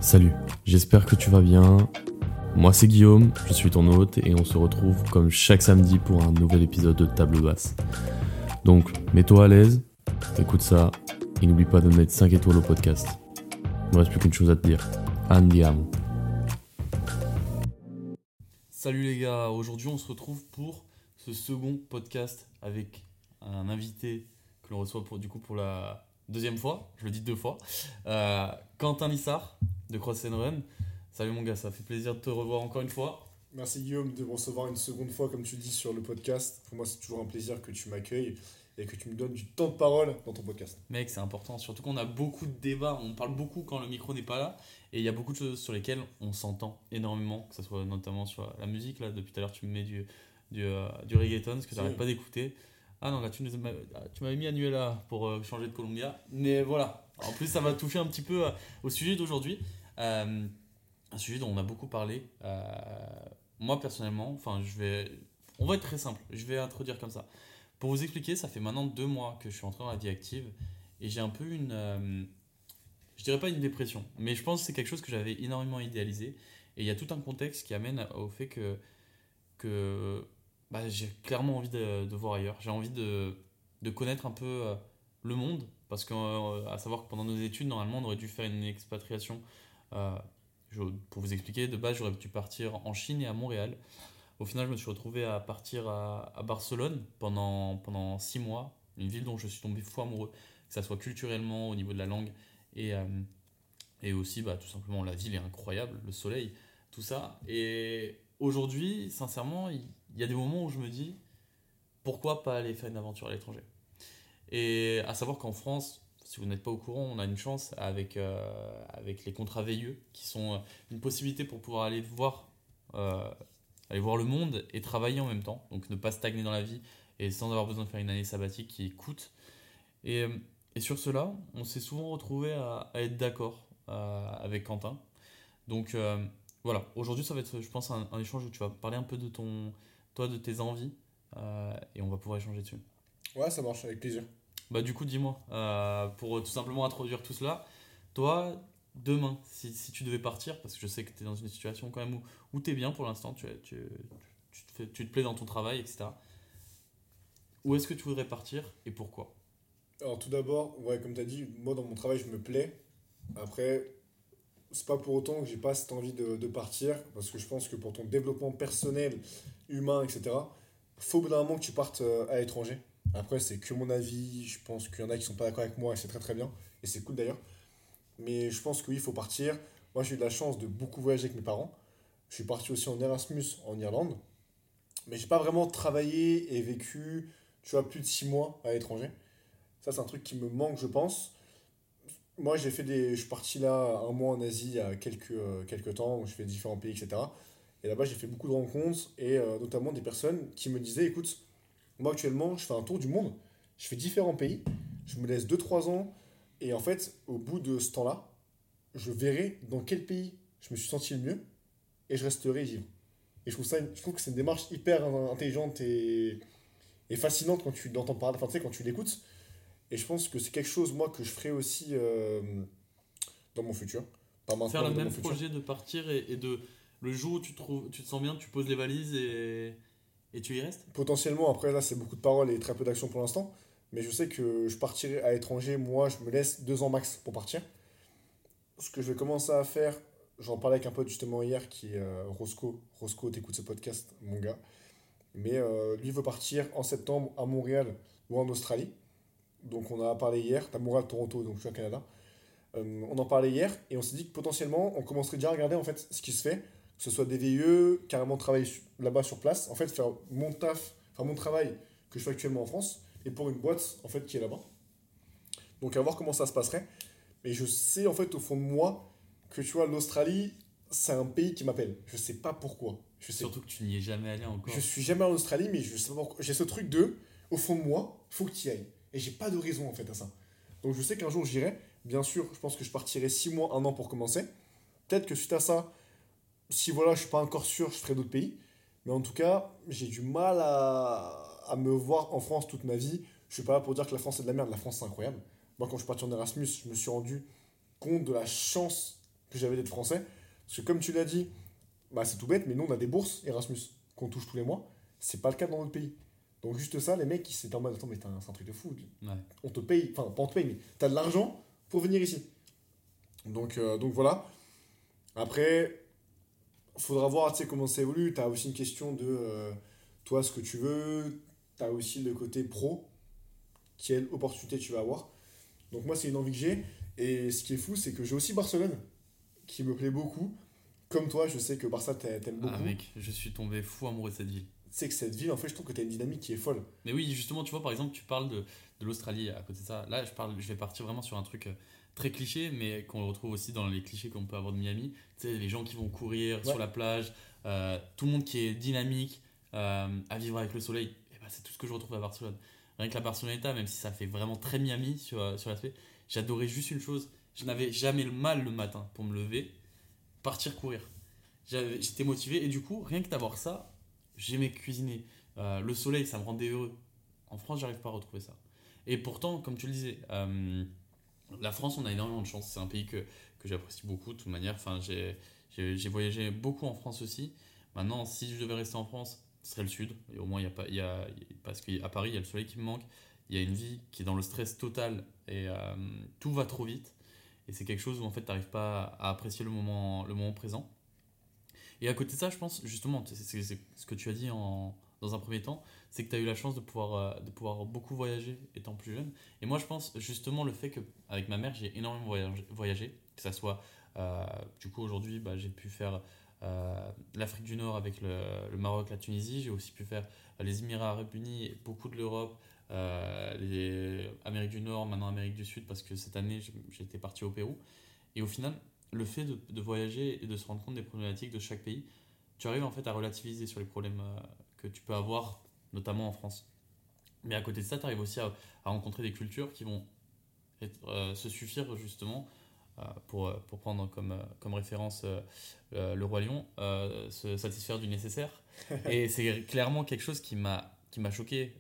Salut, j'espère que tu vas bien. Moi c'est Guillaume, je suis ton hôte et on se retrouve comme chaque samedi pour un nouvel épisode de Table Basse. Donc mets-toi à l'aise, écoute ça et n'oublie pas de mettre 5 étoiles au podcast. Il ne reste plus qu'une chose à te dire. Andiamo. Salut les gars, aujourd'hui on se retrouve pour ce second podcast avec un invité que l'on reçoit pour la deuxième fois, je le dis deux fois, Quentin Lissard de Cross & Run. Salut mon gars, ça fait plaisir de te revoir encore une fois. Merci Guillaume de me recevoir une seconde fois, comme tu dis, sur le podcast. Pour moi, c'est toujours un plaisir que tu m'accueilles et que tu me donnes du temps de parole dans ton podcast. Mec, c'est important, surtout qu'on a beaucoup de débats, on parle beaucoup quand le micro n'est pas là, et il y a beaucoup de choses sur lesquelles on s'entend énormément, que ce soit notamment sur la musique. Là, depuis tout à l'heure, tu me mets du reggaeton, ce que tu n'arrêtes pas d'écouter. Ah non, là, tu m'avais mis à nuer là pour changer de Columbia, mais voilà. En plus, ça va toucher un petit peu au sujet d'aujourd'hui, un sujet dont on a beaucoup parlé. Moi, personnellement, on va être très simple, je vais introduire comme ça. Pour vous expliquer, ça fait maintenant 2 mois que je suis entré dans la vie active et j'ai un peu je dirais pas une dépression, mais je pense que c'est quelque chose que j'avais énormément idéalisé. Et il y a tout un contexte qui amène au fait que j'ai clairement envie de voir ailleurs. J'ai envie de connaître un peu le monde, parce qu'à savoir que pendant nos études, normalement, on aurait dû faire une expatriation. euh, pour vous expliquer, de base, j'aurais dû partir en Chine et à Montréal. Au final, je me suis retrouvé à partir à Barcelone pendant 6 mois, une ville dont je suis tombé fou amoureux, que ça soit culturellement, au niveau de la langue, et, euh, et aussi tout simplement la ville est incroyable, le soleil, tout ça. Et aujourd'hui, sincèrement, il y a des moments où je me dis, pourquoi pas aller faire une aventure à l'étranger? Et à savoir qu'en France, si vous n'êtes pas au courant, on a une chance avec les contrats VIE, qui sont une possibilité pour pouvoir euh, aller voir le monde et travailler en même temps. Donc ne pas stagner dans la vie et sans avoir besoin de faire une année sabbatique qui coûte. Et, euh, et sur cela, on s'est souvent retrouvé à être d'accord avec Quentin. Donc voilà, aujourd'hui ça va être, je pense, un échange où tu vas parler un peu toi, de tes envies, et on va pouvoir échanger dessus. Ouais, ça marche, avec plaisir. Du coup, dis-moi, pour tout simplement introduire tout cela, toi, demain, si tu devais partir, parce que je sais que tu es dans une situation quand même où tu es bien pour l'instant, tu te plais dans ton travail, etc. Où est-ce que tu voudrais partir et pourquoi? Alors, tout d'abord, ouais, comme tu as dit, moi, dans mon travail, je me plais. Après, c'est pas pour autant que j'ai pas cette envie de partir, parce que je pense que pour ton développement personnel, humain, etc., faut au bout d'un moment que tu partes à l'étranger. Après, c'est que mon avis, je pense qu'il y en a qui sont pas d'accord avec moi, et c'est très très bien, et c'est cool d'ailleurs. Mais je pense que oui, il faut partir. Moi, j'ai eu de la chance de beaucoup voyager avec mes parents. Je suis parti aussi en Erasmus en Irlande. Mais j'ai pas vraiment travaillé et vécu, tu vois, plus de 6 mois à l'étranger. Ça, c'est un truc qui me manque, je pense. Moi, je suis parti là un mois en Asie il y a quelques temps, où je fais différents pays, etc. Et là-bas, j'ai fait beaucoup de rencontres et notamment des personnes qui me disaient, écoute, moi actuellement, je fais un tour du monde, je fais différents pays, je me laisse 2 3 ans et en fait, au bout de ce temps-là, je verrai dans quel pays je me suis senti le mieux et je resterai y vivre. Et je trouve que c'est une démarche hyper intelligente et fascinante quand tu l'entends parler, enfin tu sais, quand tu l'écoutes. Et je pense que c'est quelque chose, moi, que je ferai aussi dans mon futur. Pas Faire maintenant, le mais dans mon même futur. projet de partir et de le jour où tu te sens bien, tu poses les valises et tu y restes? Potentiellement, après, là, c'est beaucoup de paroles et très peu d'action pour l'instant. Mais je sais que je partirai à l'étranger. Moi, je me laisse 2 ans max pour partir. Ce que je vais commencer à faire, j'en parlais avec un pote justement hier qui est Roscoe. Roscoe, t'écoutes ce podcast, mon gars. Mais lui veut partir en septembre à Montréal ou en Australie. Donc on en a parlé hier. T'as Montréal, Toronto, donc je suis au Canada. On en parlait hier et on s'est dit que potentiellement on commencerait déjà à regarder en fait ce qui se fait, que ce soit des VIE, carrément travailler là-bas sur place, en fait faire mon taf, enfin mon travail que je fais actuellement en France et pour une boîte en fait qui est là-bas. Donc à voir comment ça se passerait. Mais je sais en fait au fond de moi que tu vois l'Australie c'est un pays qui m'appelle. Je sais pas pourquoi. Surtout que tu n'y es jamais allé Je encore. suis jamais en Australie mais je sais pas pourquoi. J'ai ce truc de au fond de moi, faut que tu y ailles. Et j'ai pas de raison en fait à ça. Donc je sais qu'un jour j'irai. Bien sûr, je pense que je partirai 6 mois, 1 an pour commencer. Peut-être que suite à ça, si voilà, je suis pas encore sûr, je ferai d'autres pays. Mais en tout cas, j'ai du mal à me voir en France toute ma vie. Je suis pas là pour dire que la France est de la merde. La France c'est incroyable. Moi, quand je suis parti en Erasmus, je me suis rendu compte de la chance que j'avais d'être français. Parce que comme tu l'as dit, bah, c'est tout bête, mais nous, on a des bourses Erasmus qu'on touche tous les mois. C'est pas le cas dans notre pays. Donc juste ça, les mecs, ils s'étaient en mode, attends, mais c'est un truc de fou. Ouais. On te paye, enfin, pas on te paye, mais t'as de l'argent pour venir ici. Donc voilà. Après, faudra voir, tu sais, comment ça évolue. T'as aussi une question de, toi, ce que tu veux. T'as aussi le côté pro, quelle opportunité tu vas avoir. Donc moi, c'est une envie que j'ai. Et ce qui est fou, c'est que j'ai aussi Barcelone, qui me plaît beaucoup. Comme toi, je sais que Barça t'aimes beaucoup. Ah mec, je suis tombé fou amoureux de cette ville. Tu sais que cette ville, en fait, je trouve que t'as une dynamique qui est folle. Mais oui, justement, tu vois, par exemple, tu parles de l'Australie à côté de ça. Là, je vais partir vraiment sur un truc très cliché, mais qu'on retrouve aussi dans les clichés qu'on peut avoir de Miami. Tu sais, les gens qui vont courir sur la plage, tout le monde qui est dynamique, à vivre avec le soleil. Et ben, c'est tout ce que je retrouve à Barcelone. Rien que la Barceloneta, même si ça fait vraiment très Miami sur l'aspect, j'adorais juste une chose. Je n'avais jamais le mal le matin pour me lever, partir courir. J'étais motivé et du coup, rien que d'avoir ça, j'aimais cuisiner. Le soleil, ça me rendait heureux. En France, j'arrive pas à retrouver ça. Et pourtant, comme tu le disais, la France, on a énormément de chance. C'est un pays que j'apprécie beaucoup de toute manière. Enfin, j'ai voyagé beaucoup en France aussi. Maintenant, si je devais rester en France, ce serait le sud. Et au moins, parce qu'à Paris, il y a le soleil qui me manque. Il y a une vie qui est dans le stress total et tout va trop vite. Et c'est quelque chose où en fait, tu n'arrives pas à apprécier le moment présent. Et à côté de ça, je pense, justement, c'est ce que tu as dit dans un premier temps, c'est que tu as eu la chance de pouvoir beaucoup voyager étant plus jeune. Et moi, je pense justement le fait qu'avec ma mère, j'ai énormément voyagé, que ça soit, du coup, aujourd'hui, bah, j'ai pu faire l'Afrique du Nord avec le Maroc, la Tunisie. J'ai aussi pu faire les Émirats Arabes Unis, et beaucoup de l'Europe, les Amérique du Nord, maintenant Amérique du Sud, parce que cette année, j'étais parti au Pérou. Et au final, le fait de voyager et de se rendre compte des problématiques de chaque pays, tu arrives en fait à relativiser sur les problèmes que tu peux avoir, notamment en France. Mais à côté de ça, tu arrives aussi à rencontrer des cultures qui vont se suffire justement pour prendre comme référence le Roi Lion, se satisfaire du nécessaire. Et c'est clairement quelque chose qui m'a choqué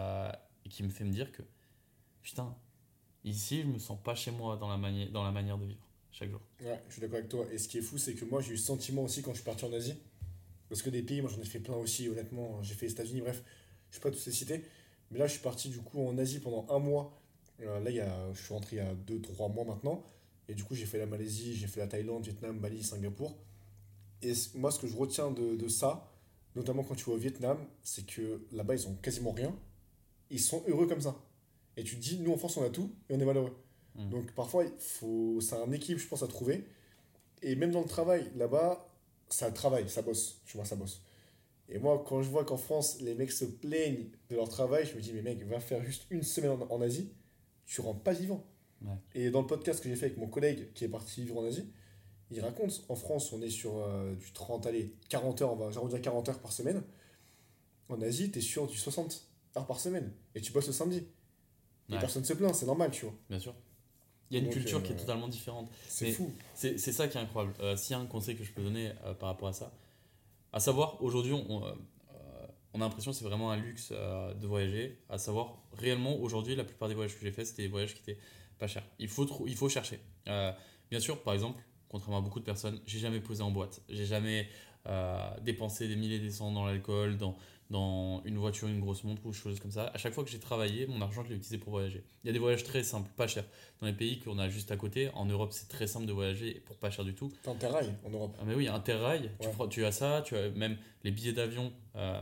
et qui me fait me dire que putain, ici je me sens pas chez moi dans la manière de vivre chaque jour. Ouais, je suis d'accord avec toi. Et ce qui est fou, c'est que moi, j'ai eu ce sentiment aussi quand je suis parti en Asie. Parce que des pays, moi, j'en ai fait plein aussi, honnêtement. J'ai fait les États-Unis, bref, je ne vais pas tous les citer. Mais là, je suis parti du coup en Asie pendant un mois. Là, je suis rentré il y a 2 3 mois maintenant. Et du coup, j'ai fait la Malaisie, j'ai fait la Thaïlande, Vietnam, Bali, Singapour. Et moi, ce que je retiens de ça, notamment quand tu vas au Vietnam, c'est que là-bas, ils ont quasiment rien. Ils sont heureux comme ça. Et tu te dis, nous en France, on a tout et on est malheureux. Donc parfois, c'est un équilibre, je pense, à trouver. Et même dans le travail, là-bas, ça travaille, ça bosse. Tu vois, ça bosse. Et moi, quand je vois qu'en France, les mecs se plaignent de leur travail, je me dis, mais mec, va faire juste une semaine en Asie, tu rentres pas vivant. Ouais. Et dans le podcast que j'ai fait avec mon collègue qui est parti vivre en Asie, il raconte, en France, on est sur du 30, allez, 40 heures, on va dire 40 heures par semaine. En Asie, tu es sur du 60 heures par semaine. Et tu bosses le samedi. Et Ouais. personne ne se plaint, c'est normal, tu vois. Bien sûr. Il y a une Donc, culture qui est totalement différente. C'est Mais fou. c'est ça qui est incroyable. S'il y a un conseil que je peux donner par rapport à ça, à savoir, aujourd'hui, on a l'impression que c'est vraiment un luxe de voyager. À savoir, réellement, aujourd'hui, la plupart des voyages que j'ai faits, c'était des voyages qui étaient pas chers. Il faut chercher. Bien sûr, par exemple, contrairement à beaucoup de personnes, j'ai jamais posé en boîte. J'ai jamais dépensé des milliers et des cents dans l'alcool, dans une voiture, une grosse montre ou des choses comme ça. À chaque fois que j'ai travaillé, mon argent, je l'ai utilisé pour voyager. Il y a des voyages très simples, pas chers. Dans les pays qu'on a juste à côté, en Europe, c'est très simple de voyager pour pas cher du tout. T'es en terrail en Europe. Ah mais oui, Interrail, Ouais. tu as ça, tu as même les billets d'avion.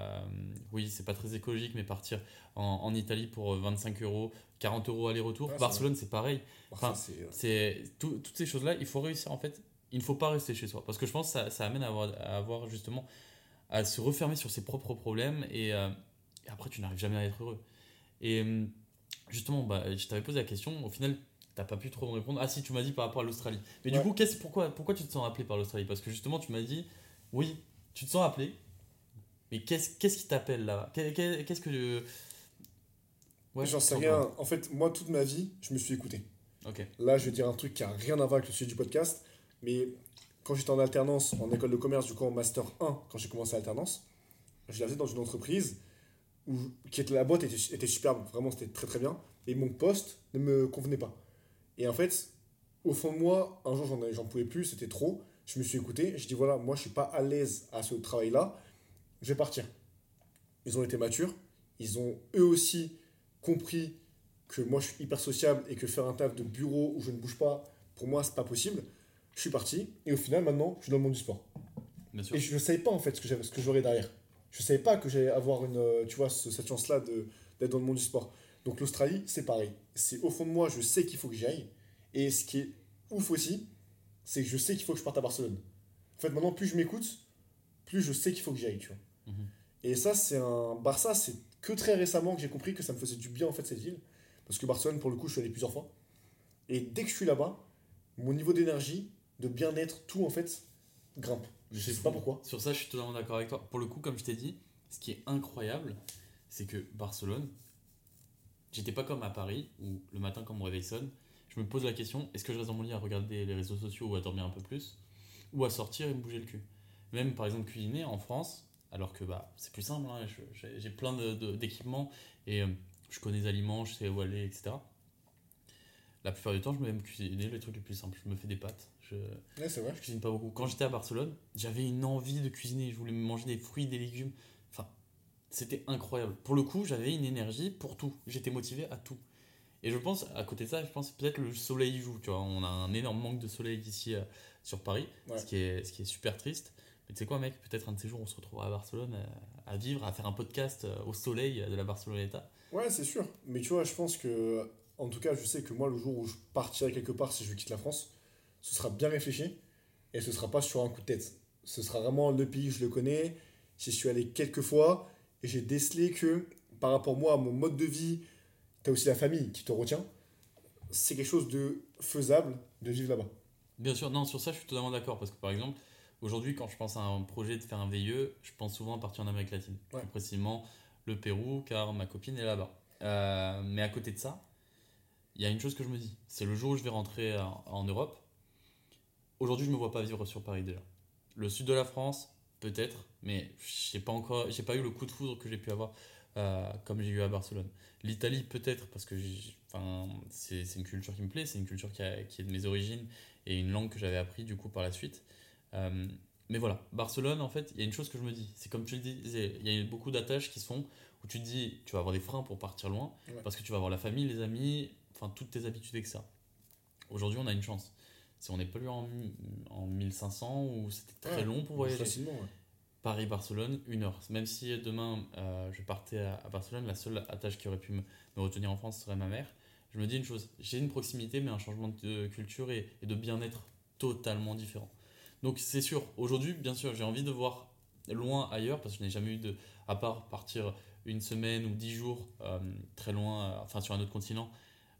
Oui, c'est pas très écologique, mais partir en Italie pour 25 euros, 40 euros aller-retour. Ouais, Barcelone, c'est pareil. Enfin, Enfin, toutes ces choses-là, il faut réussir en fait. Il ne faut pas rester chez soi. Parce que je pense que ça amène à avoir justement à se refermer sur ses propres problèmes et après tu n'arrives jamais à être heureux. Et justement, bah, je t'avais posé la question, au final, t'as pas pu trop me répondre. Ah si, tu m'as dit par rapport à l'Australie. Mais du Ouais. coup, pourquoi tu te sens appelé par l'Australie? Parce que justement, tu m'as dit, oui, tu te sens appelé, mais qu'est-ce qui t'appelle là? Qu'est-ce que... Ouais, J'en sais sans rien. toi. En fait, moi, toute ma vie, je me suis écouté. Ok. Là, je vais dire un truc qui a rien à voir avec le sujet du podcast, mais quand j'étais en alternance en école de commerce, du coup en master 1, quand j'ai commencé l'alternance, je la faisais dans une entreprise la boîte était superbe, vraiment c'était très très bien, et mon poste ne me convenait pas. Et en fait, au fond de moi, un jour, j'en pouvais plus, c'était trop. Je me suis écouté, je dis voilà, moi, je suis pas à l'aise à ce travail-là, je vais partir. Ils ont été matures, ils ont eux aussi compris que moi, je suis hyper sociable et que faire un taf de bureau où je ne bouge pas, pour moi, c'est pas possible. Je suis parti, et au final, maintenant, je suis dans le monde du sport. Bien sûr. Et je ne savais pas, en fait, ce que j'aurais derrière. Je ne savais pas que j'allais avoir tu vois, cette chance-là d'être dans le monde du sport. Donc l'Australie, c'est pareil. C'est au fond de moi, je sais qu'il faut que j'y aille. Et ce qui est ouf aussi, c'est que je sais qu'il faut que je parte à Barcelone. En fait, maintenant, plus je m'écoute, plus je sais qu'il faut que j'y aille, tu vois. Mhm. Et ça, c'est un... Barça, c'est que très récemment que j'ai compris que ça me faisait du bien, en fait, cette ville. Parce que Barcelone, pour le coup, je suis allé plusieurs fois. Et dès que je suis là-bas, mon niveau d'énergie, de bien-être, tout, en fait, grimpe. Je sais pas pourquoi. Sur ça, je suis totalement d'accord avec toi. Pour le coup, comme je t'ai dit, ce qui est incroyable, c'est que Barcelone, j'étais pas comme à Paris, où le matin, quand mon réveil sonne, je me pose la question, est-ce que je reste dans mon lit à regarder les réseaux sociaux ou à dormir un peu plus, ou à sortir et me bouger le cul. Même, par exemple, cuisiner en France, alors que c'est plus simple, hein, j'ai plein d'équipements, et je connais les aliments, je sais où aller, etc. La plupart du temps, je me mets cuisiner les trucs les plus simples. Je me fais des pâtes. Ouais, c'est vrai. Je cuisine pas beaucoup. Quand j'étais à Barcelone, j'avais une envie de cuisiner. Je voulais manger des fruits, des légumes. Enfin, c'était incroyable. Pour le coup, j'avais une énergie pour tout. J'étais motivé à tout. Et je pense, à côté de ça, je pense que peut-être le soleil joue. Tu vois, on a un énorme manque de soleil ici sur Paris, Ouais. ce qui est super triste. Mais tu sais quoi, mec, peut-être un de ces jours, on se retrouvera à Barcelone à vivre, à faire un podcast au soleil de la Barceloneta. Ouais, c'est sûr. Mais tu vois, je pense que, en tout cas, je sais que moi, le jour où je partirai quelque part, si je quitte la France, ce sera bien réfléchi et ce sera pas sur un coup de tête. Ce sera vraiment le pays, je le connais. J'y suis allé quelques fois et j'ai décelé que par rapport moi à mon mode de vie, tu as aussi la famille qui te retient. C'est quelque chose de faisable de vivre là-bas. Bien sûr, non, sur ça, je suis totalement d'accord. Parce que par exemple, aujourd'hui, quand je pense à un projet de faire un VIE, je pense souvent à partir en Amérique latine. Ouais. Plus précisément, le Pérou, car ma copine est là-bas. Mais à côté de ça, il y a une chose que je me dis, c'est le jour où je vais rentrer en Europe. Aujourd'hui, je ne me vois pas vivre sur Paris déjà. Le sud de la France, peut-être, mais j'ai pas eu le coup de foudre que j'ai pu avoir comme j'ai eu à Barcelone. L'Italie, peut-être, parce que c'est une culture qui me plaît, c'est une culture qui est de mes origines et une langue que j'avais appris du coup par la suite. Euh, mais voilà, Barcelone, en fait, il y a une chose que je me dis, c'est comme tu le disais, il y a beaucoup d'attaches qui sont où tu te dis, tu vas avoir des freins pour partir loin, Ouais. parce que tu vas avoir la famille, les amis, enfin toutes tes habitudes, etc. Aujourd'hui, on a une chance. Si on n'est pas lu en 1500 où c'était très Ouais, long pour bouge voyager. facilement, ouais. Paris-Barcelone, 1 heure. Même si demain je partais à Barcelone, la seule attache qui aurait pu me retenir en France serait ma mère. Je me dis une chose, j'ai une proximité, mais un changement de culture et de bien-être totalement différent. Donc c'est sûr, aujourd'hui, bien sûr, j'ai envie de voir loin ailleurs, parce que je n'ai jamais eu à part partir une semaine ou 10 jours très loin, enfin sur un autre continent.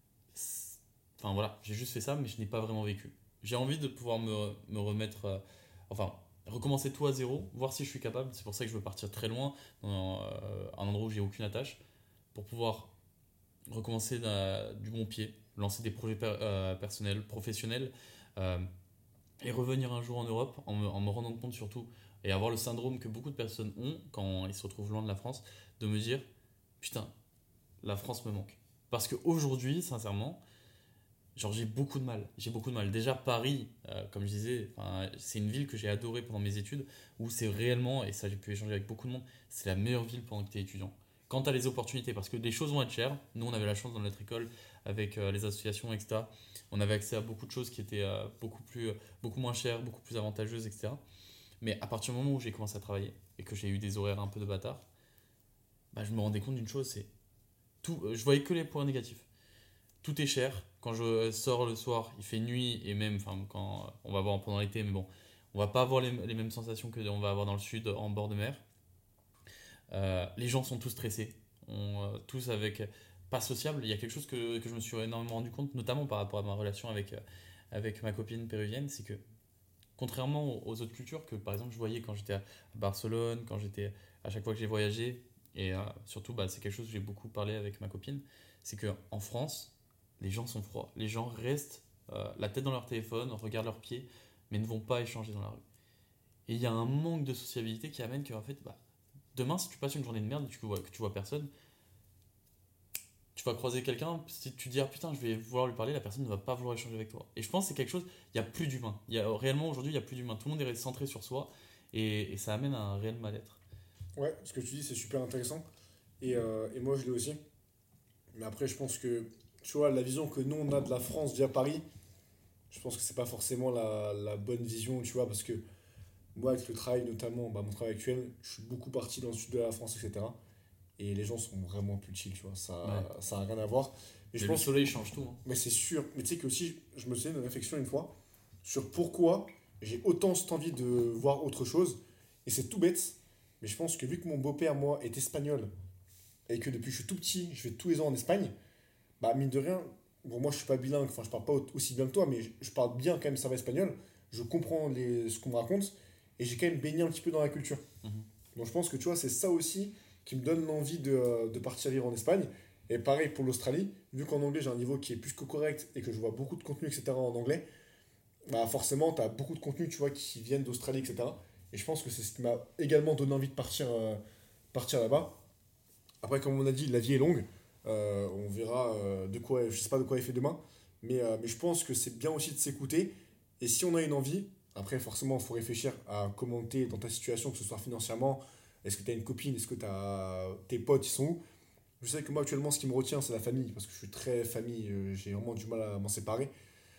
Enfin voilà, j'ai juste fait ça, mais je n'ai pas vraiment vécu. J'ai envie de pouvoir me remettre, enfin, recommencer tout à zéro, voir si je suis capable. C'est pour ça que je veux partir très loin, dans un endroit où j'ai aucune attache, pour pouvoir recommencer du bon pied, lancer des projets personnels, professionnels, euh, et revenir un jour en Europe en me rendant compte surtout, et avoir le syndrome que beaucoup de personnes ont quand ils se retrouvent loin de la France, de me dire, putain, la France me manque. Parce qu'aujourd'hui, sincèrement, genre j'ai beaucoup de mal, j'ai beaucoup de mal. Déjà Paris, comme je disais, c'est une ville que j'ai adorée pendant mes études, où c'est réellement, et ça j'ai pu échanger avec beaucoup de monde, c'est la meilleure ville pendant que tu es étudiant. Quand tu as les opportunités, parce que les choses vont être chères, nous on avait la chance dans notre école, avec les associations, etc., on avait accès à beaucoup de choses qui étaient beaucoup moins chères, beaucoup plus avantageuses, etc. Mais à partir du moment où j'ai commencé à travailler, et que j'ai eu des horaires un peu de bâtard, bah, je me rendais compte d'une chose, c'est tout, je voyais que les points négatifs. Tout est cher. Quand je sors le soir, il fait nuit et même quand on va voir pendant l'été, mais bon, on va pas avoir les mêmes sensations que on va avoir dans le sud en bord de mer. Les gens sont tous stressés, tous avec pas sociables. Il y a quelque chose que je me suis énormément rendu compte, notamment par rapport à ma relation avec ma copine péruvienne, c'est que contrairement aux autres cultures que par exemple je voyais quand j'étais à Barcelone, quand j'étais à chaque fois que j'ai voyagé, et surtout c'est quelque chose que j'ai beaucoup parlé avec ma copine, c'est que en France les gens sont froids, les gens restent la tête dans leur téléphone, regardent leurs pieds, mais ne vont pas échanger dans la rue. Et il y a un manque de sociabilité qui amène que en fait, demain si tu passes une journée de merde et que tu vois personne, vas croiser quelqu'un, si tu te dis ah putain je vais vouloir lui parler, la personne ne va pas vouloir échanger avec toi. Et je pense que c'est quelque chose, il n'y a plus d'humain. Réellement aujourd'hui il n'y a plus d'humain. Tout le monde est centré sur soi et ça amène à un réel mal-être. Ouais, ce que tu dis, c'est super intéressant. Et moi, je l'ai aussi. Mais après, je pense que, tu vois, la vision que nous, on a de la France via Paris, je pense que c'est pas forcément la bonne vision, tu vois, parce que moi, avec le travail, notamment, bah, mon travail actuel, je suis beaucoup parti dans le sud de la France, etc. Et les gens sont vraiment plus chill, tu vois, Ouais. ça a rien à voir. Et Mais je le pense, soleil change tout, hein. mais c'est sûr, mais tu sais que aussi, je me suis fait une réflexion une fois sur pourquoi j'ai autant cette envie de voir autre chose. Et c'est tout bête, mais je pense que vu que mon beau-père, moi, est espagnol, et que depuis que je suis tout petit, je vais tous les ans en Espagne, bah mine de rien, bon moi je suis pas bilingue, enfin je parle pas aussi bien que toi, mais je parle bien quand même, ça va espagnol, je comprends ce qu'on me raconte, et j'ai quand même baigné un petit peu dans la culture. Mhm. Donc je pense que tu vois, c'est ça aussi qui me donne l'envie de partir vivre en Espagne. Et pareil pour l'Australie, vu qu'en anglais j'ai un niveau qui est plus que correct et que je vois beaucoup de contenu, etc. en anglais, bah forcément tu as beaucoup de contenu, tu vois, qui viennent d'Australie, etc. Et je pense que c'est ce qui m'a également donné envie de partir là-bas. Après, comme on a dit, la vie est longue. On verra de quoi, je sais pas de quoi il fait demain. Mais je pense que c'est bien aussi de s'écouter. Et si on a une envie, après, forcément, il faut réfléchir à comment t'es dans ta situation, que ce soit financièrement. Est-ce que tu as une copine? Est-ce que tes potes, ils sont où? Je sais que moi, actuellement, ce qui me retient, c'est la famille. Parce que je suis très famille. J'ai vraiment du mal à m'en séparer.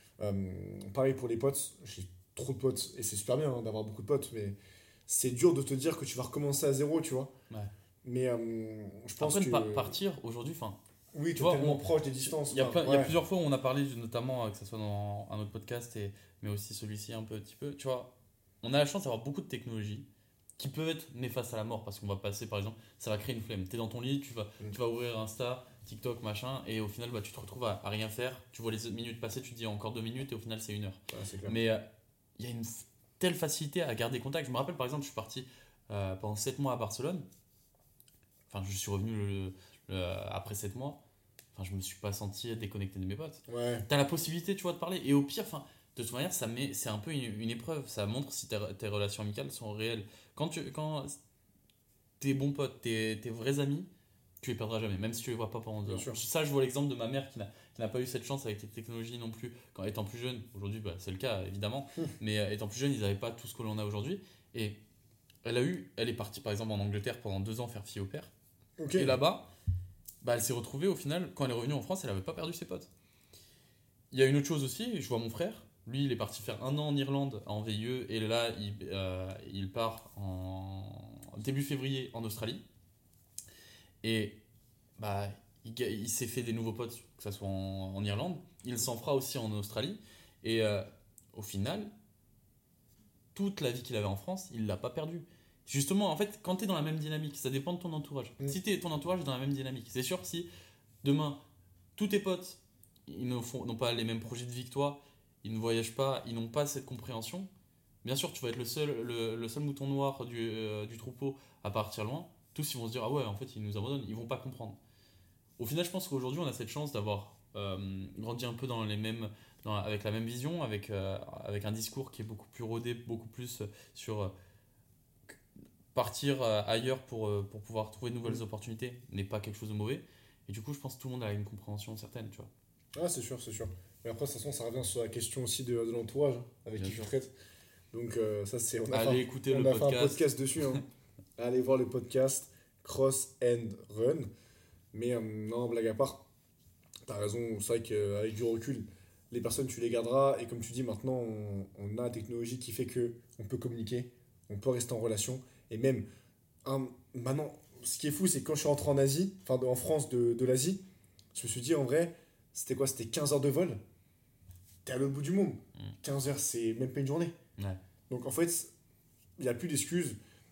Pareil pour les potes. J'ai trop de potes. Et c'est super bien hein, d'avoir beaucoup de potes. Mais c'est dur de te dire que tu vas recommencer à zéro, tu vois. Ouais. Mais je pense Après, que. partir aujourd'hui, enfin, Oui, tu tu es vois, tellement proche des distances. il y a plusieurs fois où on a parlé, notamment que ce soit dans un autre podcast, mais aussi celui-ci un petit peu. Tu vois, on a la chance d'avoir beaucoup de technologies qui peuvent être néfastes à la mort parce qu'on va passer, par exemple, ça va créer une flemme. Tu es dans ton lit, tu vas ouvrir Insta, TikTok, machin, et au final, bah, tu te retrouves à rien faire. Tu vois les minutes passer, tu te dis encore 2 minutes, et au final, c'est 1 heure. Ouais, c'est clair. Mais il y a une telle facilité à garder contact. Je me rappelle, par exemple, je suis parti pendant 7 mois à Barcelone. Enfin, je suis revenu après 7 mois. Enfin, je me suis pas senti déconnecté de mes potes. Ouais, Tu as la possibilité, tu vois, de parler. Et au pire, enfin, de toute manière, c'est un peu une épreuve. Ça montre si tes relations amicales sont réelles. Quand tes bons potes, tes vrais amis, tu les perdras jamais, même si tu les vois pas pendant 2 bien ans. sûr. Ça, je vois l'exemple de ma mère qui n'a pas eu cette chance avec les technologies non plus. Quand étant plus jeune, aujourd'hui, bah, c'est le cas évidemment, mais étant plus jeune, ils n'avaient pas tout ce que l'on a aujourd'hui. Et elle est partie par exemple en Angleterre pendant 2 ans faire fille au père. Ok. Et là-bas, bah, elle s'est retrouvée au final, quand elle est revenue en France, elle n'avait pas perdu ses potes. Il y a une autre chose aussi, je vois mon frère, lui il est parti faire 1 an en Irlande en VIE et là il part en début février en Australie. Et bah, il s'est fait des nouveaux potes, que ce soit en Irlande, il s'en fera aussi en Australie. Et au final, toute la vie qu'il avait en France, il l'a pas perdue. Justement, en fait, quand tu es dans la même dynamique, ça dépend de ton entourage. Mm. Si ton entourage est dans la même dynamique, c'est sûr, si demain, tous tes potes, ils n'ont pas les mêmes projets de vie que toi, ils ne voyagent pas, ils n'ont pas cette compréhension, bien sûr, tu vas être le seul mouton noir du troupeau à partir loin. Tous, ils vont se dire, ah ouais, en fait, ils nous abandonnent, ils vont pas comprendre. Au final, je pense qu'aujourd'hui, on a cette chance d'avoir grandi un peu avec la même vision, avec un discours qui est beaucoup plus rodé, beaucoup plus sur partir ailleurs pour pouvoir trouver de nouvelles opportunités n'est pas quelque chose de mauvais. Et du coup, je pense que tout le monde a une compréhension certaine, tu vois. Ah, c'est sûr, c'est sûr. Mais après, de toute façon, ça revient sur la question aussi de l'entourage hein, avec Bien qui tu sûr. traites. Donc, ça, c'est. Allez écouter On le a fait un podcast. podcast dessus. Hein. Allez voir le podcast Cross and Run. Mais non, blague à part, t'as raison. C'est vrai qu'avec du recul, les personnes, tu les garderas. Et comme tu dis, maintenant, on a la technologie qui fait que on peut communiquer, on peut rester en relation. Et même, maintenant, ce qui est fou, c'est que quand je suis rentré en Asie, enfin en France de l'Asie, je me suis dit, en vrai, c'était quoi? C'était 15 heures de vol. T'es à l'autre bout du monde. 15 heures, c'est même pas une journée. Ouais. Donc en fait, il n'y a plus d'excuses.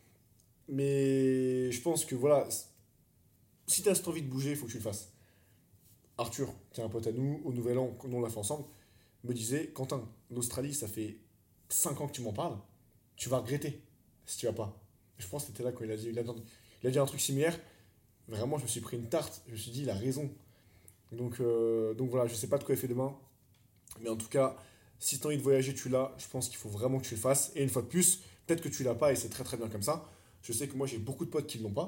Mais je pense que voilà, si tu as cette envie de bouger, il faut que tu le fasses. Arthur, qui est un pote à nous, au Nouvel An, nous on l'a fait ensemble, me disait, Quentin, l'Australie, ça fait 5 ans que tu m'en parles, tu vas regretter si tu vas pas. Je pense que c'était là quand il a dit un truc similaire. Vraiment, je me suis pris une tarte. Je me suis dit, il a raison. Donc voilà, je sais pas de quoi il fait demain. Mais en tout cas, si tu as envie de voyager, tu l'as. Je pense qu'il faut vraiment que tu le fasses. Et une fois de plus, peut-être que tu l'as pas et c'est très très bien comme ça. Je sais que moi, j'ai beaucoup de potes qui ne l'ont pas.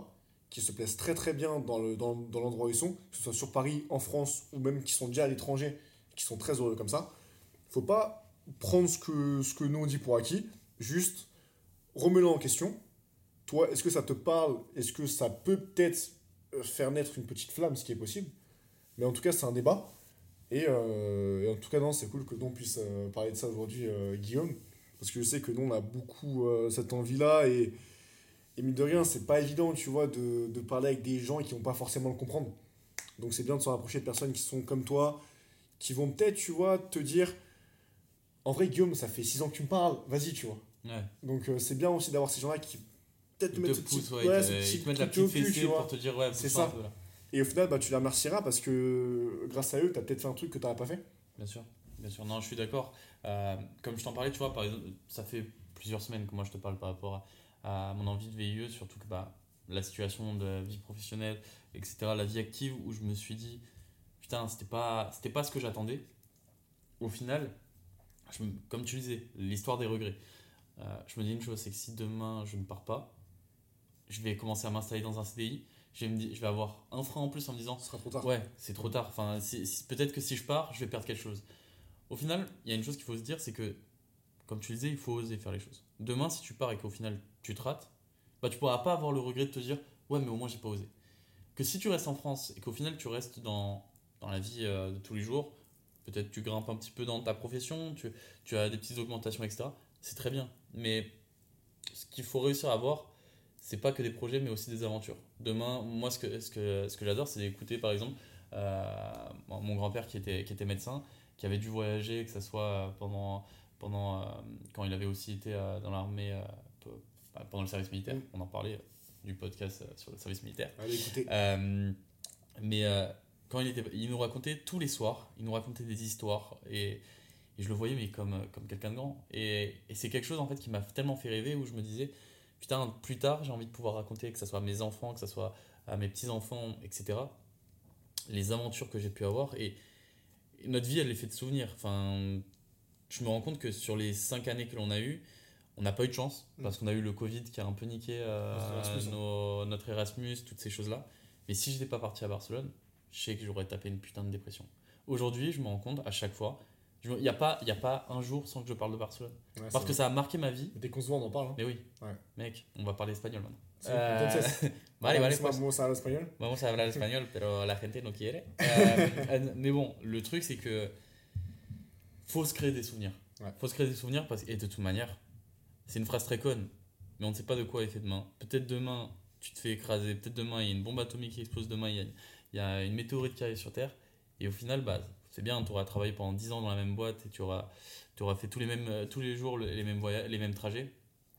qui se plaisent très très bien dans l'endroit où ils sont, que ce soit sur Paris, en France, ou même qui sont déjà à l'étranger, qui sont très heureux comme ça. Faut pas prendre ce que nous on dit pour acquis, juste remets-le en question. Toi, est-ce que ça te parle? Est-ce que ça peut peut-être faire naître une petite flamme, ce qui est possible? Mais en tout cas, c'est un débat. Et en tout cas, non, c'est cool que nous on puisse parler de ça aujourd'hui, Guillaume. Parce que je sais que nous, on a beaucoup cette envie-là. Et mine de rien, c'est pas évident, tu vois, de parler avec des gens qui vont pas forcément le comprendre. Donc c'est bien de se rapprocher de personnes qui sont comme toi, qui vont peut-être, tu vois, te dire, en vrai, Guillaume, ça fait 6 ans que tu me parles, vas-y, tu vois. Ouais. Donc c'est bien aussi d'avoir ces gens-là qui peut-être te Ils mettent te ce poussent, petit, ouais, ouais, ils ce te, petit ils te mettent la truc au petite cul, fessée tu vois. pour te dire, ouais, C'est pousse-toi un ça. peu là. Et au final, bah, tu les remercieras parce que grâce à eux, tu as peut-être fait un truc que tu n'aurais pas fait. Bien sûr, bien sûr. Non, je suis d'accord. Comme je t'en parlais, tu vois, par exemple, ça fait plusieurs semaines que moi je te parle par rapport à mon envie de VIE, surtout que bah, la situation de la vie professionnelle, etc., la vie active, où je me suis dit, putain, c'était pas ce que j'attendais. Au final, comme tu disais, l'histoire des regrets. Je me dis une chose, c'est que si demain je ne pars pas, je vais commencer à m'installer dans un CDI. Je vais avoir un frein en plus en me disant, Ce sera trop tard. ouais, c'est trop tard. Enfin, peut-être que si je pars, je vais perdre quelque chose. Au final, il y a une chose qu'il faut se dire, c'est que, comme tu le disais, il faut oser faire les choses. Demain, si tu pars et qu'au final tu te rates, bah, tu pourras pas avoir le regret de te dire, ouais, mais au moins j'ai pas osé. Que si tu restes en France et qu'au final tu restes dans la vie de tous les jours, peut-être tu grimpes un petit peu dans ta profession, tu as des petites augmentations, etc. C'est très bien. Mais ce qu'il faut réussir à avoir, c'est pas que des projets, mais aussi des aventures. Demain, moi, ce que j'adore, c'est d'écouter, par exemple, mon grand-père qui était médecin, qui avait dû voyager, que ce soit quand il avait aussi été dans l'armée, pendant le service militaire. Mm. On en parlait du podcast sur le service militaire. Allez, écoutez. Mais quand il nous racontait tous les soirs, il nous racontait des histoires et je le voyais mais comme quelqu'un de grand. Et c'est quelque chose en fait qui m'a tellement fait rêver où je me disais, putain, plus tard j'ai envie de pouvoir raconter, que ce soit à mes enfants, que ce soit à mes petits-enfants, etc., les aventures que j'ai pu avoir. Et notre vie, elle est faite de souvenirs. Enfin, je me rends compte que sur les 5 années que l'on a eues, on n'a pas eu de chance parce qu'on a eu le Covid qui a un peu niqué notre Erasmus, toutes ces choses-là. Mais si je n'étais pas parti à Barcelone, je sais que j'aurais tapé une putain de dépression. Aujourd'hui, je me rends compte à chaque fois, il n'y a pas un jour sans que je parle de Barcelone. Ouais, Parce que ça a marqué ma vie. dès qu'on se voit, on en parle. Hein. Mais oui, Ouais. mec, on va parler espagnol maintenant. Sí, entonces, Vale, vamos pues. a hablar español. Vamos a hablar espagnol, pero la gente no quiere. Mais bon, le truc, c'est que faut se créer des souvenirs. Ouais. Faut se créer des souvenirs et de toute manière, c'est une phrase très conne, mais on ne sait pas de quoi est fait demain. Peut-être demain, tu te fais écraser. Peut-être demain, il y a une bombe atomique qui explose. Demain, il y a une météorite qui arrive sur Terre. Et au final, bah, c'est bien, tu auras travaillé pendant 10 ans dans la même boîte et tu auras fait tous les jours les mêmes voyages, les mêmes trajets.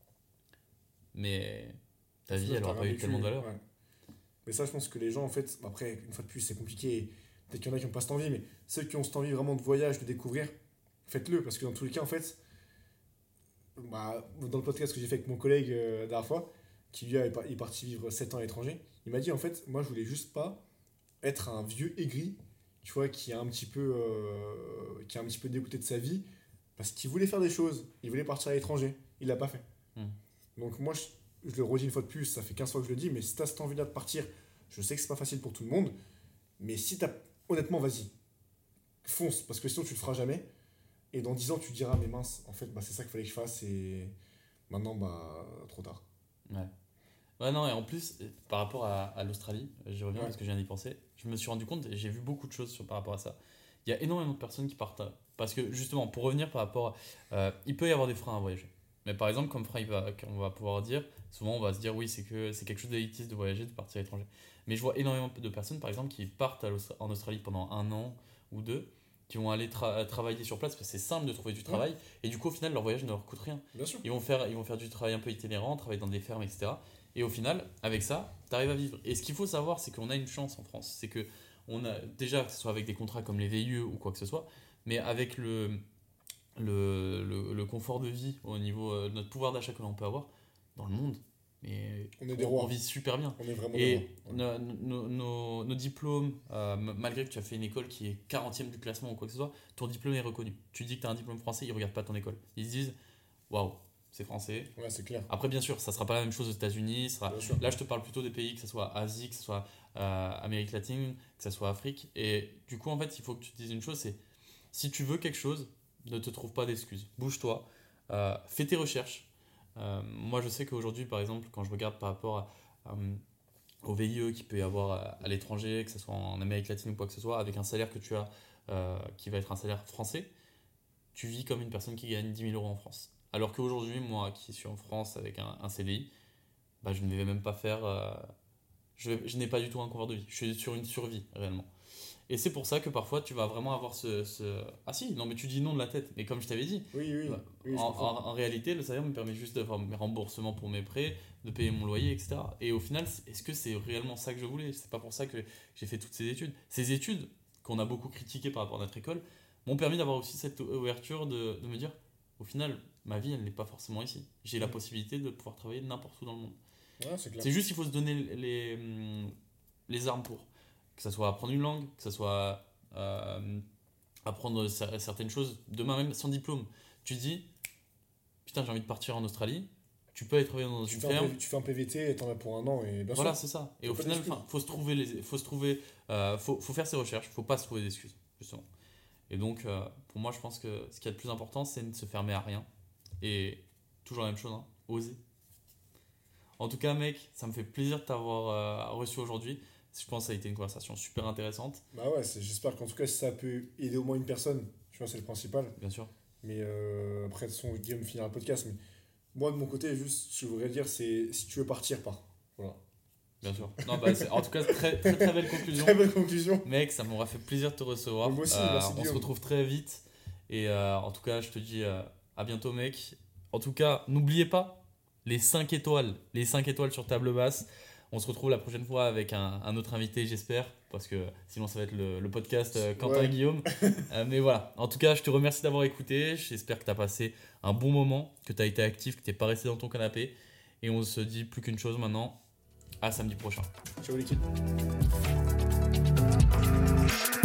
Mais ta vie, elle n'aura pas eu tellement de valeur. Ouais. Mais ça, je pense que les gens, en fait, après, une fois de plus, c'est compliqué. Peut-être qu'il y en a qui n'ont pas cette envie, mais ceux qui ont cette envie vraiment de voyage, de découvrir, faites-le. Parce que dans tous les cas, en fait, bah, dans le podcast que j'ai fait avec mon collègue la dernière fois, qui lui est parti vivre 7 ans à l'étranger, il m'a dit, en fait, moi, je voulais juste pas être un vieux aigri, tu vois, qui a un petit peu dégoûté de sa vie, parce qu'il voulait faire des choses, il voulait partir à l'étranger, il l'a pas fait. Donc moi, je le redis une fois de plus, ça fait 15 fois que je le dis, mais si tu as cette envie-là de partir, je sais que c'est pas facile pour tout le monde, mais si tu as, honnêtement, vas-y, fonce, parce que sinon tu le feras jamais, et dans 10 ans, tu te diras, mais mince, en fait, bah, c'est ça qu'il fallait que je fasse, et maintenant, bah, trop tard. Ouais. Ouais, non, et en plus, par rapport à l'Australie, j'y reviens parce que je viens d'y penser, je me suis rendu compte, et j'ai vu beaucoup de choses par rapport à ça. Il y a énormément de personnes qui partent. Parce que justement, pour revenir par rapport il peut y avoir des freins à voyager. Mais par exemple, comme frein, on va pouvoir dire, souvent on va se dire, oui, c'est quelque chose d'élitiste de voyager, de partir à l'étranger. Mais je vois énormément de personnes, par exemple, qui partent en Australie pendant 1 an ou 2, qui vont aller travailler sur place parce que c'est simple de trouver du travail. Et du coup, au final, leur voyage ne leur coûte rien. Bien sûr. Ils vont faire du travail un peu itinérant, travailler dans des fermes, etc. Et au final, avec ça, tu arrives à vivre. Et ce qu'il faut savoir, c'est qu'on a une chance en France. C'est que on a déjà, que ce soit avec des contrats comme les VIE ou quoi que ce soit, mais avec le confort de vie au niveau de notre pouvoir d'achat que l'on peut avoir dans le monde, mais on est des rois. On vit super bien. On est vraiment et des rois. nos diplômes, malgré que tu as fait une école qui est 40e du classement ou quoi que ce soit, ton diplôme est reconnu. Tu dis que tu as un diplôme français, ils ne regardent pas ton école. Ils se disent, waouh, c'est français. Ouais, c'est clair. Après, bien sûr, ça sera pas la même chose aux États-Unis. Bien sûr. Là, je te parle plutôt des pays, que ce soit Asie, que ce soit Amérique latine, que ce soit Afrique. Et du coup, en fait, il faut que tu te dises une chose, c'est si tu veux quelque chose, ne te trouve pas d'excuses. Bouge-toi, fais tes recherches. Moi, je sais qu'aujourd'hui, par exemple, quand je regarde par rapport au VIE qu'il peut y avoir à l'étranger, que ce soit en Amérique latine ou quoi que ce soit, avec un salaire que tu as qui va être un salaire français, tu vis comme une personne qui gagne 10 000 euros en France. Alors qu'aujourd'hui, moi qui suis en France avec un CDI, bah, je ne vais même pas faire. Je n'ai pas du tout un confort de vie. Je suis sur une survie réellement. Et c'est pour ça que parfois tu vas vraiment avoir Ah si, non mais tu dis non de la tête. Mais comme je t'avais dit, Oui, oui. bah, Oui, je comprends. en réalité, le salaire me permet juste d'avoir mes remboursements pour mes prêts, de payer mon loyer, etc. Et au final, est-ce que c'est réellement ça que je voulais? C'est pas pour ça que j'ai fait toutes ces études. Ces études, qu'on a beaucoup critiquées par rapport à notre école, m'ont permis d'avoir aussi cette ouverture de me dire, au final, ma vie, elle n'est pas forcément ici. J'ai la possibilité de pouvoir travailler n'importe où dans le monde. Ouais, c'est clair. C'est juste qu'il faut se donner les armes pour. Que ça soit apprendre une langue, que ça soit apprendre certaines choses. Demain même, sans diplôme, tu dis, putain, j'ai envie de partir en Australie. Tu peux aller travailler dans une ferme. Tu fais un PVT et t'en as pour un an. Et bien Voilà, sûr. c'est ça. Et Faut au pas final, d'excuses. faut faire ses recherches. Faut pas se trouver d'excuses, justement. Et donc, pour moi, je pense que ce qu'il y a de plus important, c'est de ne se fermer à rien. Et toujours la même chose, hein, oser. En tout cas, mec, ça me fait plaisir de t'avoir reçu aujourd'hui. Je pense que ça a été une conversation super intéressante. Bah ouais, j'espère qu'en tout cas, si ça peut aider au moins une personne, tu vois, c'est le principal. Bien sûr. Mais après, de toute façon, Guillaume finira le podcast. Mais moi, de mon côté, juste, ce que je voudrais dire, c'est si tu veux partir, pars. Voilà. Bien sûr. Non, bah, en tout cas, très, très, très belle conclusion. Très belle conclusion. Mec, ça m'aura fait plaisir de te recevoir. Moi aussi, merci On se Guillaume. retrouve très vite. Et en tout cas, je te dis à bientôt, mec. En tout cas, n'oubliez pas les 5 étoiles. Les 5 étoiles sur Table Basse. On se retrouve la prochaine fois avec un autre invité, j'espère. Parce que sinon, ça va être le podcast Quentin et Guillaume. Mais voilà. En tout cas, je te remercie d'avoir écouté. J'espère que tu as passé un bon moment, que tu as été actif, que tu n'es pas resté dans ton canapé. Et on se dit plus qu'une chose maintenant. À samedi prochain. Ciao l'équipe.